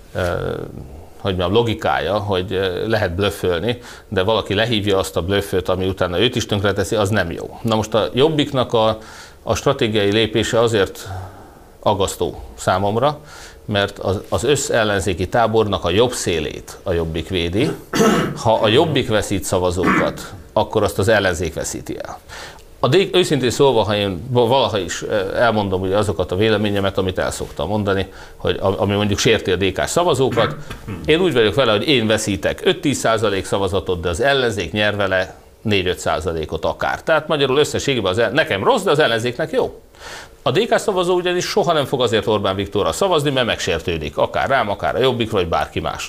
[SPEAKER 3] hogy mondjam, logikája, hogy lehet blöffölni, de valaki lehívja azt a blöfföt, ami utána őt is tönkreteszi, az nem jó. Na most a Jobbiknak a stratégiai lépése azért aggasztó számomra, mert az összellenzéki tábornak a jobb szélét a Jobbik védi. Ha a Jobbik veszít szavazókat, akkor azt az ellenzék veszíti el. Őszintén szólva, ha én valaha is elmondom ugye azokat a véleményemet, amit el szoktam mondani, hogy ami mondjuk sérti a DK-s szavazókat, én úgy vagyok vele, hogy én veszítek 5-10% szavazatot, de az ellenzék nyer vele 4-5%-ot akár. Tehát magyarul összességében nekem rossz, de az ellenzéknek jó. A DK szavazó ugyanis soha nem fog azért Orbán Viktorra szavazni, mert megsértődik, akár rám, akár a Jobbikra, vagy bárki másra.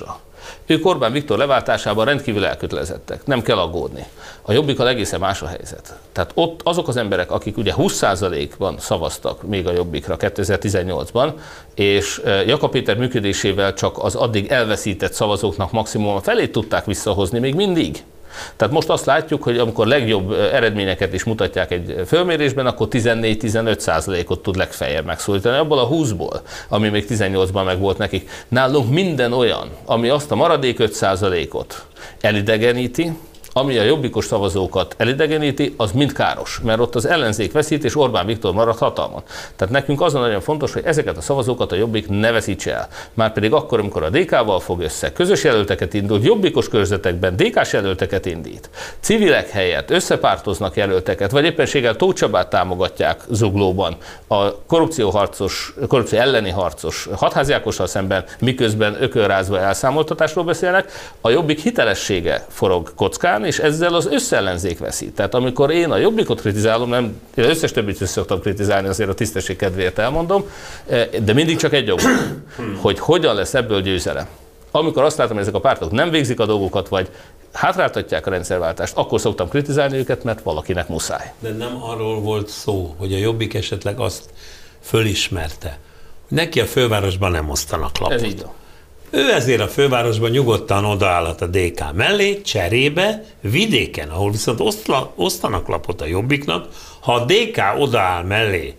[SPEAKER 3] Ők Orbán Viktor leváltásában rendkívül elkötelezettek, nem kell aggódni. A Jobbikkal egészen más a helyzet. Tehát ott azok az emberek, akik ugye 20%-ban szavaztak még a Jobbikra 2018-ban, és Jakab Péter működésével csak az addig elveszített szavazóknak maximum a felét tudták visszahozni még mindig. Tehát most azt látjuk, hogy amikor legjobb eredményeket is mutatják egy fölmérésben, akkor 14-15%-ot tud legfeljebb megszólítani abból a 20-ból, ami még 18-ban meg volt nekik. Nálunk minden olyan, ami azt a maradék 5%-ot elidegeníti, ami a jobbikos szavazókat elidegeníti, az mind káros, mert ott az ellenzék veszít, és Orbán Viktor marad hatalmon. Tehát nekünk az nagyon fontos, hogy ezeket a szavazókat a Jobbik ne veszítse el. Márpedig akkor, amikor a DK-val fog össze, közös jelölteket indult, jobbikos körzetekben DK-s jelölteket indít, civilek helyett összepártoznak jelölteket, vagy éppenséggel Tóth Csabát támogatják Zuglóban a korrupció elleni harcos Hatházi Ákossal szemben, miközben ökölrázva elszámoltatásról beszélnek, a Jobbik hitelessége forog kockán, és ezzel az összellenzék veszít. Tehát amikor én a Jobbikot kritizálom, nem, én az összes többit is szoktam kritizálni, azért a tisztesség kedvéért elmondom, de mindig csak egy ok, hogy hogyan lesz ebből győzelem. Amikor azt látom, hogy ezek a pártok nem végzik a dolgokat, vagy hátráltatják a rendszerváltást, akkor szoktam kritizálni őket, mert valakinek muszáj.
[SPEAKER 1] De nem arról volt szó, hogy a Jobbik esetleg azt fölismerte, hogy neki a fővárosban nem osztanak lapot.
[SPEAKER 3] Ez így van.
[SPEAKER 1] Ő ezért a fővárosban nyugodtan odaállhat a DK mellé, cserébe, vidéken, ahol viszont osztanak lapot a Jobbiknak, ha a DK odaáll mellé,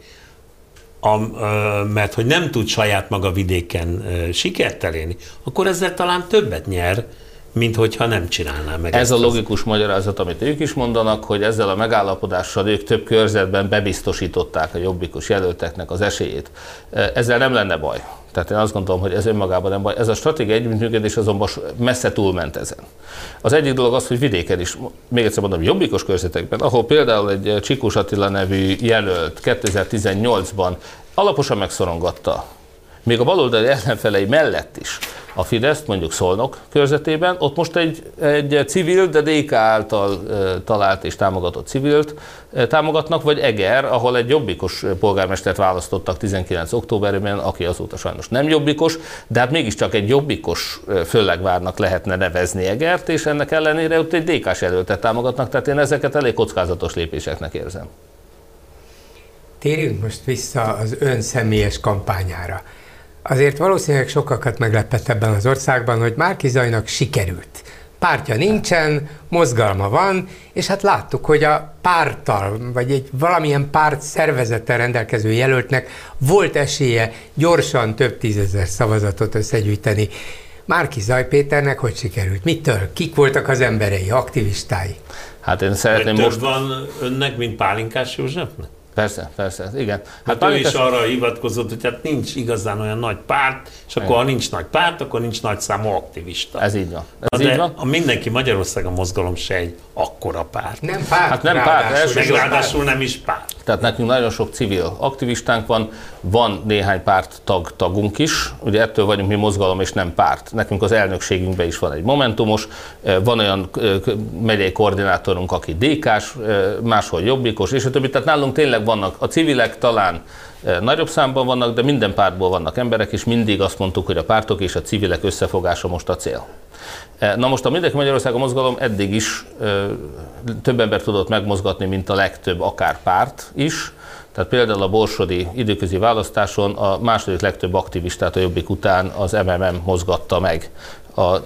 [SPEAKER 1] mert hogy nem tud saját maga vidéken sikert elérni, akkor ezzel talán többet nyer, mint hogyha nem csinálná meg.
[SPEAKER 3] Ez a logikus magyarázat, amit ők is mondanak, hogy ezzel a megállapodással ők több körzetben bebiztosították a jobbikos jelölteknek az esélyét. Ezzel nem lenne baj. Tehát én azt gondolom, hogy ez önmagában nem baj. Ez a stratégiai együttműködés azonban messze túlment ezen. Az egyik dolog az, hogy vidéken is, még egyszer mondom, jobbikos körzetekben, ahol például egy Csikós Attila nevű jelölt 2018-ban alaposan megszorongatta, még a baloldali ellenfelei mellett is a Fideszt, mondjuk Szolnok körzetében, ott most egy civil, de DK által talált és támogatott civilt támogatnak, vagy Eger, ahol egy jobbikos polgármestert választottak 19. októberében, aki azóta sajnos nem jobbikos, de hát mégiscsak egy jobbikos föllegvárnak lehetne nevezni Egert, és ennek ellenére ott egy DK-s jelöltet támogatnak, tehát én ezeket elég kockázatos lépéseknek érzem.
[SPEAKER 2] Térjünk most vissza az ön személyes kampányára. Azért valószínűleg sokakat meglepett ebben az országban, hogy Márki-Zajnak sikerült. Pártja nincsen, mozgalma van, és hát láttuk, hogy a párttal, vagy egy valamilyen párt szervezettel rendelkező jelöltnek volt esélye gyorsan több tízezer szavazatot összegyűjteni. Márki-Zaj Péternek hogy sikerült? Mitől? Kik voltak az emberei, aktivistái?
[SPEAKER 3] Hát én szeretném
[SPEAKER 1] most...
[SPEAKER 3] most...
[SPEAKER 1] Több van önnek, mint Pálinkás Józsefnek?
[SPEAKER 3] Persze, igen.
[SPEAKER 1] Hát ő is arra hivatkozott, hogy hát nincs igazán olyan nagy párt, és akkor ha nincs nagy párt, akkor nincs nagy számú aktivista.
[SPEAKER 3] Ez így van.
[SPEAKER 1] A Mindenki Magyarországon mozgalom se egy akkora párt.
[SPEAKER 2] Nem párt,
[SPEAKER 3] hát nem párt,
[SPEAKER 1] ráadásul nem is párt.
[SPEAKER 3] Tehát nekünk nagyon sok civil aktivistánk van néhány tagunk is, ugye ettől vagyunk mi mozgalom és nem párt. Nekünk az elnökségünkben is van egy momentumos, van olyan megyei koordinátorunk, aki DK-s, máshol jobbikos, és a többi. Tehát nálunk tényleg vannak a civilek, talán nagyobb számban vannak, de minden pártból vannak emberek, és mindig azt mondtuk, hogy a pártok és a civilek összefogása most a cél. Na most a Mindenki Magyarországon mozgalom eddig is több ember tudott megmozgatni, mint a legtöbb akár párt is. Tehát például a borsodi időközi választáson a második legtöbb aktivistát a Jobbik után az MMM mozgatta meg a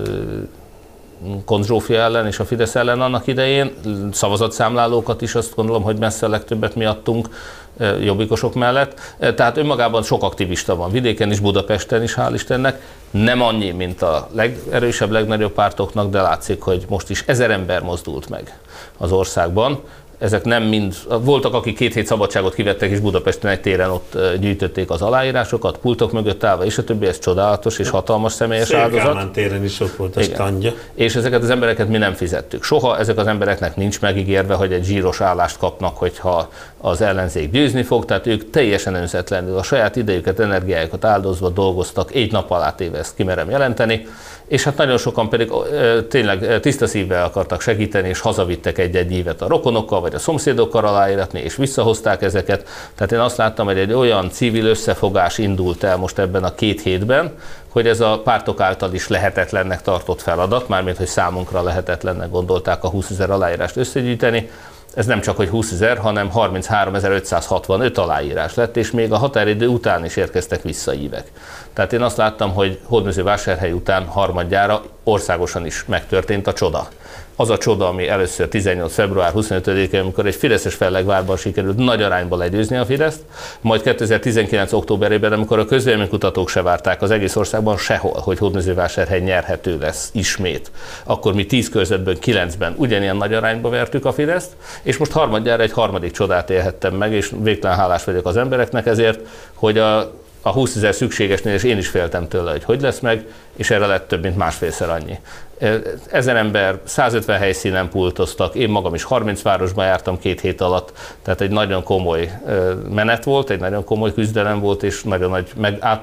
[SPEAKER 3] Koncz Zsófia ellen és a Fidesz ellen annak idején. Szavazatszámlálókat is azt gondolom, hogy messze a legtöbbet mi adtunk jobbikosok mellett. Tehát önmagában sok aktivista van vidéken is, Budapesten is, hál' Istennek. Nem annyi, mint a legerősebb, legnagyobb pártoknak, de látszik, hogy most is 1000 ember mozdult meg az országban. Ezek nem mind, voltak, akik 2 hét szabadságot kivettek, és Budapesten egy téren ott gyűjtötték az aláírásokat, pultok mögött állva, és a többi, ez csodálatos és hatalmas személyes áldozat.
[SPEAKER 1] Szélkálmán téren is ott volt a standja.
[SPEAKER 3] És ezeket az embereket mi nem fizettük. Soha ezek az embereknek nincs megígérve, hogy egy zsíros állást kapnak, hogyha az ellenzék győzni fog, tehát ők teljesen önzetlenül a saját idejüket, energiájukat áldozva dolgoztak, 1 nap alá téve, ezt kimerem jelenteni, és hát nagyon sokan pedig tényleg tiszta szívvel akartak segíteni, és hazavittek egy-egy évet a rokonokkal, vagy vagy a szomszédokkal aláíratni, és visszahozták ezeket. Tehát én azt láttam, hogy egy olyan civil összefogás indult el most ebben a 2 hétben, hogy ez a pártok által is lehetetlennek tartott feladat, mármint hogy számunkra lehetetlennek gondolták a 20 000 aláírást összegyűjteni. Ez nem csak, hogy 20 000, hanem 33.565 aláírás lett, és még a határidő után is érkeztek vissza ívek. Tehát én azt láttam, hogy Hódmezővásárhely után harmadjára országosan is megtörtént a csoda. Az a csoda, ami először 18. február 25-én, amikor egy fideszes Fellegvárban sikerült nagy arányban legyőzni a Fideszt, majd 2019. októberében, amikor a közvéleménykutatók se várták az egész országban sehol, hogy Hódmezővásárhely nyerhető lesz ismét. Akkor mi 10 körzetből 9-ben ugyanilyen nagy arányba vertük a Fideszt, és most harmadjára egy harmadik csodát élhettem meg, és végtelen hálás vagyok az embereknek ezért, hogy a 20 000 szükségesnél, és én is féltem tőle, hogy lesz meg, és erre lett több, mint másfélszer annyi. 1000 ember 150 helyszínen pultoztak, én magam is 30 városban jártam 2 hét alatt, tehát egy nagyon komoly menet volt, egy nagyon komoly küzdelem volt, és nagyon nagy,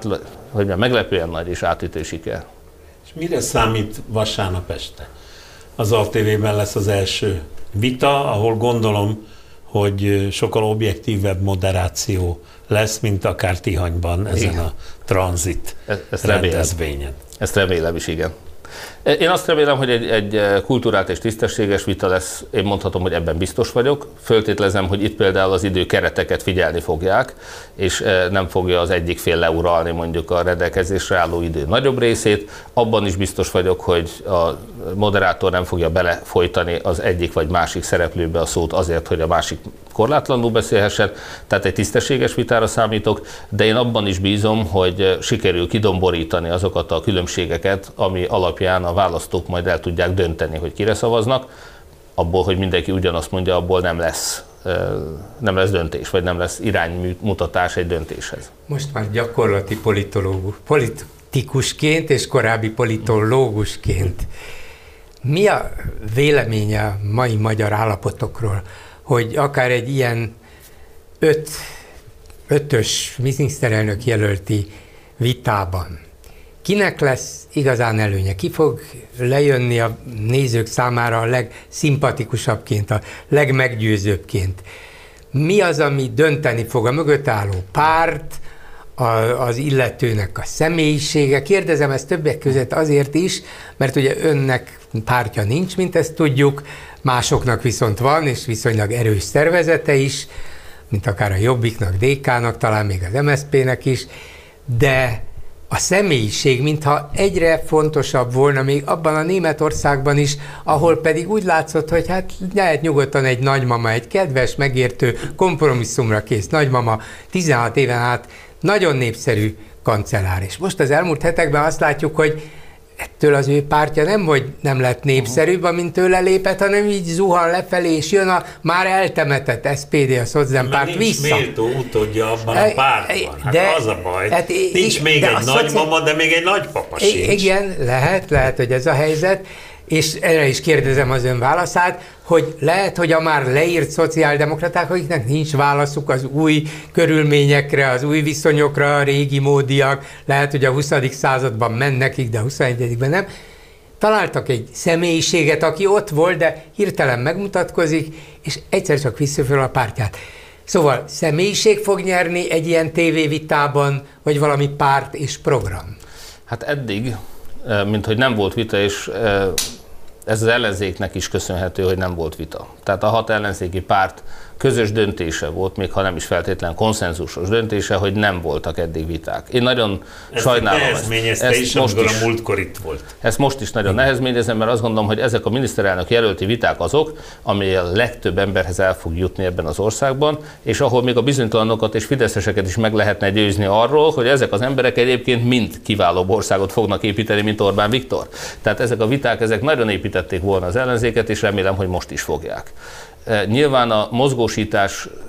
[SPEAKER 3] meglepően nagy és átütő siker.
[SPEAKER 1] És mire számít vasárnap este? Az ATV-ben lesz az első vita, ahol gondolom, hogy sokkal objektívebb moderáció lesz, mint akár Tihanyban ezen a tranzit rendezvényen.
[SPEAKER 3] Ezt remélem is, igen. Én azt remélem, hogy egy kultúrált és tisztességes vita lesz, én mondhatom, hogy ebben biztos vagyok. Föltételezem, hogy itt például az időkereteket figyelni fogják, és nem fogja az egyik fél leuralni mondjuk a rendelkezésre álló idő nagyobb részét. Abban is biztos vagyok, hogy a moderátor nem fogja belefolytani az egyik vagy másik szereplőbe a szót azért, hogy a másik korlátlanul beszélhessen, tehát egy tisztességes vitára számítok, de én abban is bízom, hogy sikerül kidomborítani azokat a különbségeket, ami alapján a választók majd el tudják dönteni, hogy kire szavaznak. Abból, hogy mindenki ugyanazt mondja, abból nem lesz döntés, vagy nem lesz iránymutatás egy döntéshez.
[SPEAKER 2] Most már gyakorlati politikusként és korábbi politológusként mi a véleménye a mai magyar állapotokról, hogy akár egy ilyen ötös miniszterelnök jelölti vitában kinek lesz igazán előnye? Ki fog lejönni a nézők számára a legszimpatikusabbként, a legmeggyőzőbbként? Mi az, ami dönteni fog a mögött álló párt, az illetőnek a személyisége? Kérdezem ezt többek között azért is, mert ugye önnek pártja nincs, mint ezt tudjuk, másoknak viszont van, és viszonylag erős szervezete is, mint akár a Jobbiknak, DK-nak, talán még az MSZP-nek is, de a személyiség, mintha egyre fontosabb volna még abban a Németországban is, ahol pedig úgy látszott, hogy hát lehet nyugodtan egy nagymama, egy kedves, megértő, kompromisszumra kész nagymama, 16 éven át nagyon népszerű kancellár. És most az elmúlt hetekben azt látjuk, hogy ettől az ő pártja nem lett népszerűbb, amint tőle lépett, hanem így zuhan lefelé, és jön a már eltemetett SPD, a szocdempárt vissza.
[SPEAKER 1] Nincs méltó utódja abban a pártban. Hát az a baj. Hát, nincs még egy nagymama, de még egy nagypapa sincs.
[SPEAKER 2] Igen, lehet, hogy ez a helyzet, és erre is kérdezem az ön válaszát, hogy lehet, hogy a már leírt szociáldemokraták, akiknek nincs válaszuk az új körülményekre, az új viszonyokra, a régi módiak, lehet, hogy a 20. században mennek, de a 21-ben nem, találtak egy személyiséget, aki ott volt, de hirtelen megmutatkozik, és egyszer csak vissza föl a pártját. Szóval személyiség fog nyerni egy ilyen tévévitában, vagy valami párt és program?
[SPEAKER 3] Hát eddig, mint hogy nem volt vita, és ez az ellenzéknek is köszönhető, hogy nem volt vita. Tehát a 6 ellenzéki párt közös döntése volt, még ha nem is feltétlen konszenzusos döntése, hogy nem voltak eddig viták. Én nagyon sajnálom
[SPEAKER 1] ezt most is, a múltkor itt volt.
[SPEAKER 3] Ezt most is nagyon nehezményezem, mert azt gondolom, hogy ezek a miniszterelnök jelölti viták azok, ami a legtöbb emberhez el fog jutni ebben az országban, és ahol még a bizonytalanokat és fideszeseket is meg lehetne győzni arról, hogy ezek az emberek egyébként mind kiválóbb országot fognak építeni, mint Orbán Viktor. Tehát ezek a viták, ezek nagyon építették volna az ellenzéket, és remélem, hogy most is fogják. Nyilván a mozgósítás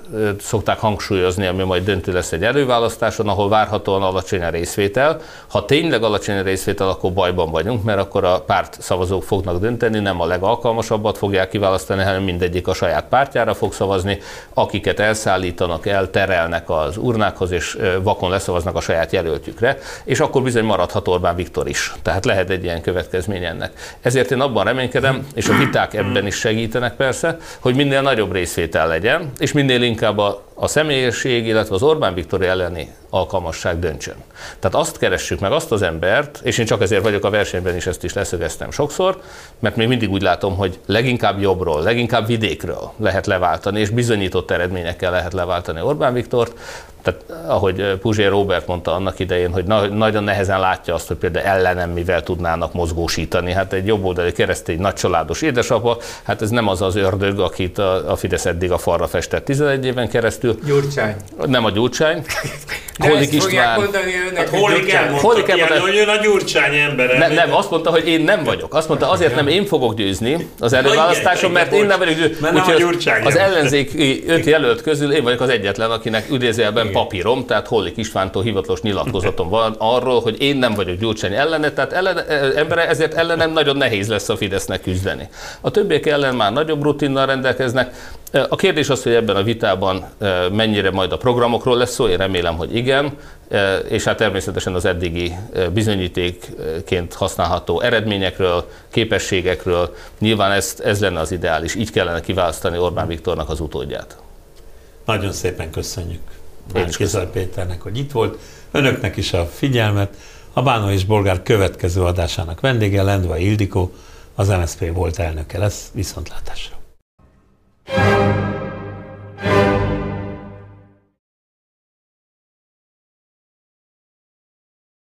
[SPEAKER 3] szokták hangsúlyozni, ami majd döntő lesz egy előválasztáson, ahol várhatóan alacsony a részvétel. Ha tényleg alacsony a részvétel, akkor bajban vagyunk, mert akkor a párt szavazók fognak dönteni, nem a legalkalmasabbat fogják kiválasztani, hanem mindegyik a saját pártjára fog szavazni, akiket elszállítanak, elterelnek az urnákhoz, és vakon leszavaznak a saját jelöltjükre, és akkor bizony maradhat Orbán Viktor is. Tehát lehet egy ilyen következmény ennek. Ezért én abban reménykedem, és a viták ebben is segítenek persze, hogy minél nagyobb részvétel legyen, és minél inkább a személyesség, illetve az Orbán Viktor elleni alkalmasság döntsön. Tehát azt keressük meg, azt az embert, és én csak ezért vagyok a versenyben is, ezt is leszögeztem sokszor, mert még mindig úgy látom, hogy leginkább jobbról, leginkább vidékről lehet leváltani, és bizonyított eredményekkel lehet leváltani Orbán Viktort. Tehát ahogy Puzsér Róbert mondta annak idején, hogy nagyon nehezen látja azt, hogy például ellenem mivel tudnának mozgósítani. Hát egy jobboldali keresztény nagycsaládos édesapa, hát ez nem az az ördög, akit a Fidesz eddig a falra festett 11 éven keresztül.
[SPEAKER 2] Gyurcsány.
[SPEAKER 3] Nem a Gyurcsány.
[SPEAKER 2] Hólik István.
[SPEAKER 1] Hólik elmondani, hogy jön a Gyurcsány embere.
[SPEAKER 3] Nem, azt mondta, hogy én nem vagyok. Azt mondta, azért nem én fogok győzni az előválasztáson, mert én nem vagyok győzni. Az ellenzéki 5 jelölt közül én vagyok az egyetlen, akinek idézőjelben papírom, tehát Hólik Istvántól hivatalos nyilatkozatom van arról, hogy én nem vagyok Gyurcsány ellene, tehát embere, ezért ellenem nagyon nehéz lesz a Fidesznek küzdeni. A többiek ellen már nagyobb rutinnal rendelkeznek. A kérdés az, hogy ebben a vitában mennyire majd a programokról lesz szó, én remélem, hogy igen, és hát természetesen az eddigi bizonyítékként használható eredményekről, képességekről. Nyilván ez lenne az ideális, így kellene kiválasztani Orbán Viktornak az utódját.
[SPEAKER 1] Nagyon szépen köszönjük Kizaj Péternek, hogy itt volt, önöknek is a figyelmet. A Bánó és Bolgár következő adásának vendége Lendvai Ildikó, az MSZP volt elnöke lesz. Viszontlátásra!